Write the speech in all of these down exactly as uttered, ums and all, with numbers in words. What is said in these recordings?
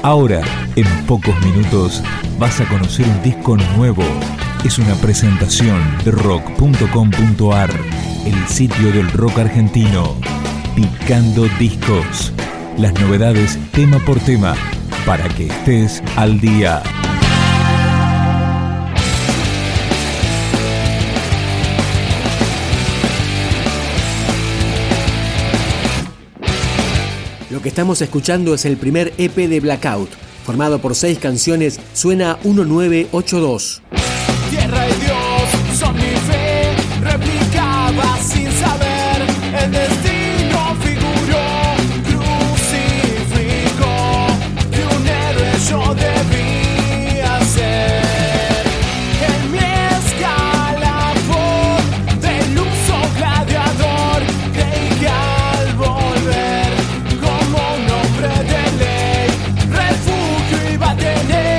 Ahora, en pocos minutos, vas a conocer un disco nuevo. Es una presentación de rock punto com punto a r, el sitio del rock argentino. Picando discos. Las novedades tema por tema, para que estés al día. Lo que estamos escuchando es el primer E P de Blackout. Formado por seis canciones, suena mil novecientos ochenta y dos. Tierra y Dios son mi fe, replicaba sin saber, el destino figuró, crucificó, que un héroe yo debía ser. En mi escalafón del uso gladiador, creí que al volver como un hombre de ley, refugio iba a tener.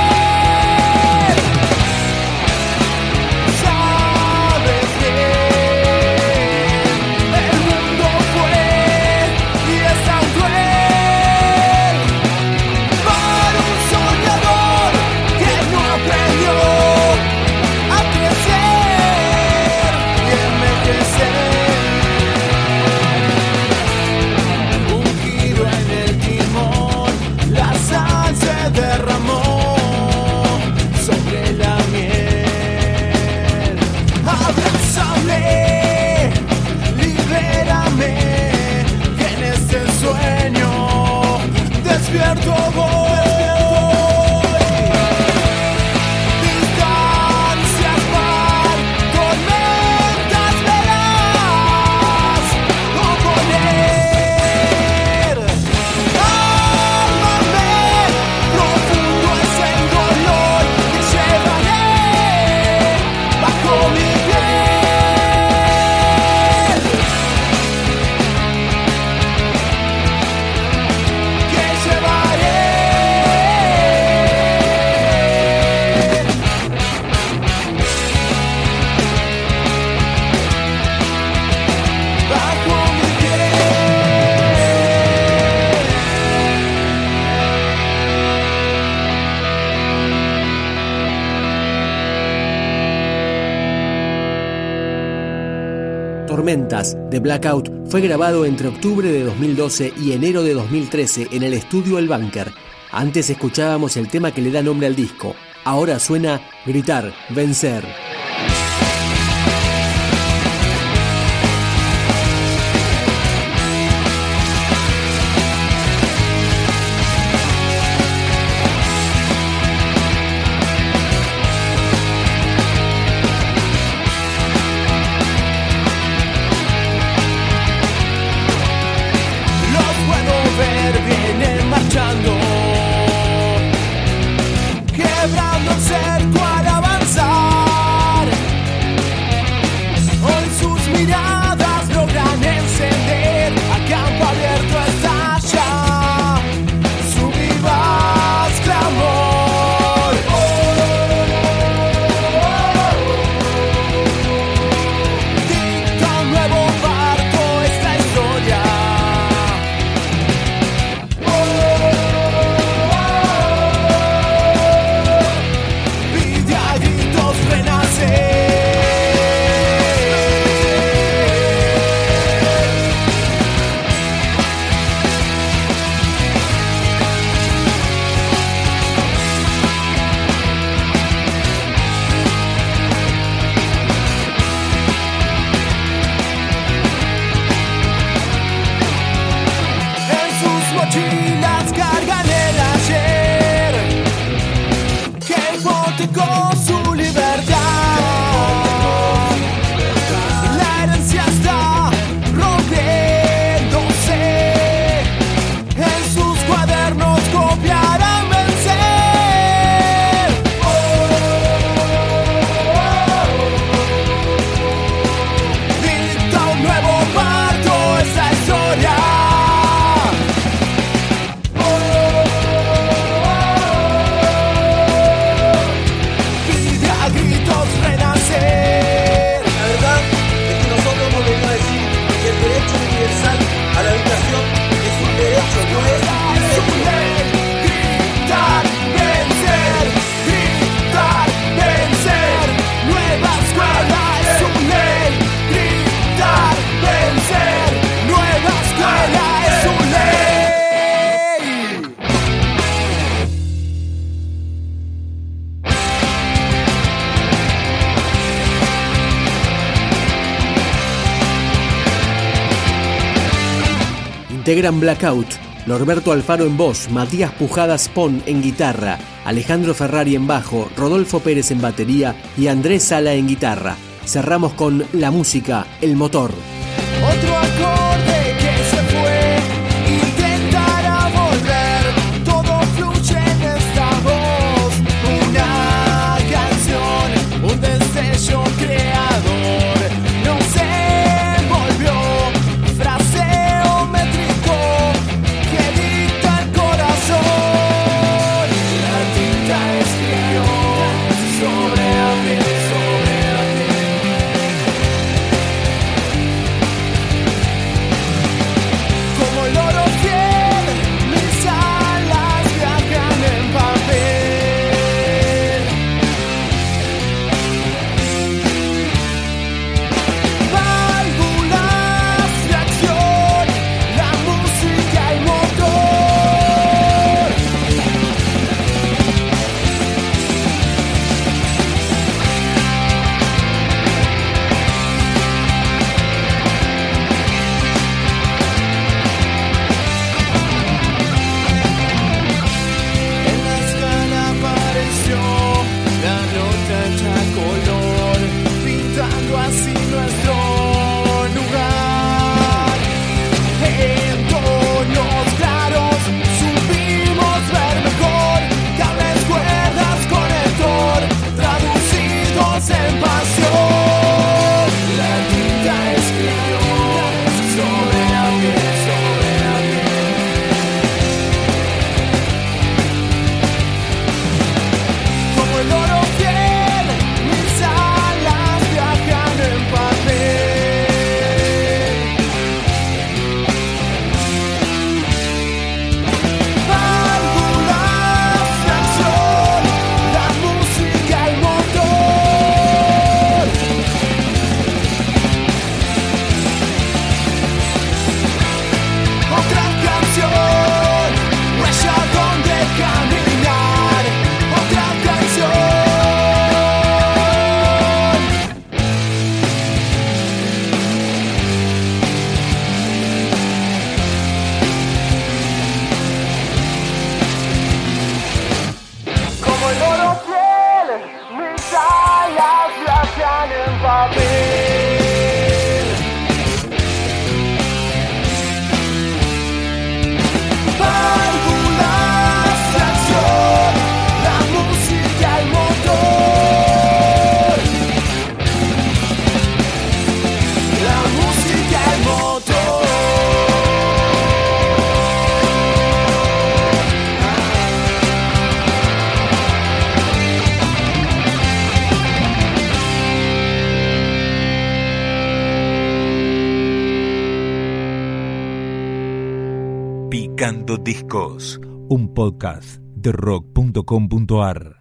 Sabes que Tormentas de Blackout fue grabado entre octubre de dos mil doce y enero de dos mil trece en el estudio El Búnker. Antes escuchábamos el tema que le da nombre al disco. Ahora suena Gritar, Vencer. Quebrando el cerco al avanzar. Hoy sus miradas logran encender. A campo abierto estalla su vivaz clamor. Dicta un nuevo parto esta historia. Mochilas cargan el ayer que hipotecó su libertad. La herencia está rompiéndose. En sus cuadernos copiarán vencer. Dicta un nuevo parto esta historia. Integran Blackout, Norberto Alfaro en voz, Matías Pujadas Pon en guitarra, Alejandro Ferrari en bajo, Rodolfo Pérez en batería y Andrés Sala en guitarra. Cerramos con la música, el motor. Otro acorde que se fue, intentará volver. Todo fluye en esta voz. Una canción, un destello creador. No se envolvió, fraseo métrico que dicta el corazón. La tinta escribió sobre abril, sobre abril. Como el oro fiel, mis alas viajan en papel. Válvulas de acción, la música, el motor. En la escala apareció la nota hecha color, pintando así nuestro lugar. En tonos claros supimos ver mejor, cables, cuerdas, conector, traducidos en pasión. La tinta escribió sobre la piel, sobre la piel. Como el oro fiel, mis alas viajan en paz. Picando Discos, un podcast de rock punto com punto ar.